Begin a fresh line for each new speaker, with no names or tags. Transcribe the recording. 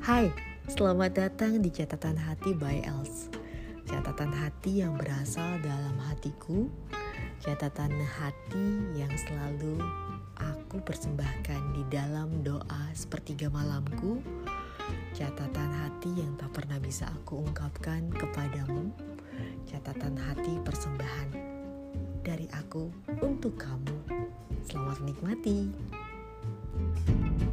Hai, selamat datang di Catatan Hati by Els. Catatan hati yang berasal dalam hatiku, catatan hati yang selalu aku persembahkan di dalam doa sepertiga malamku, catatan hati yang tak pernah bisa aku ungkapkan kepadamu, catatan hati persembahan dari aku untuk kamu. Selamat menikmati.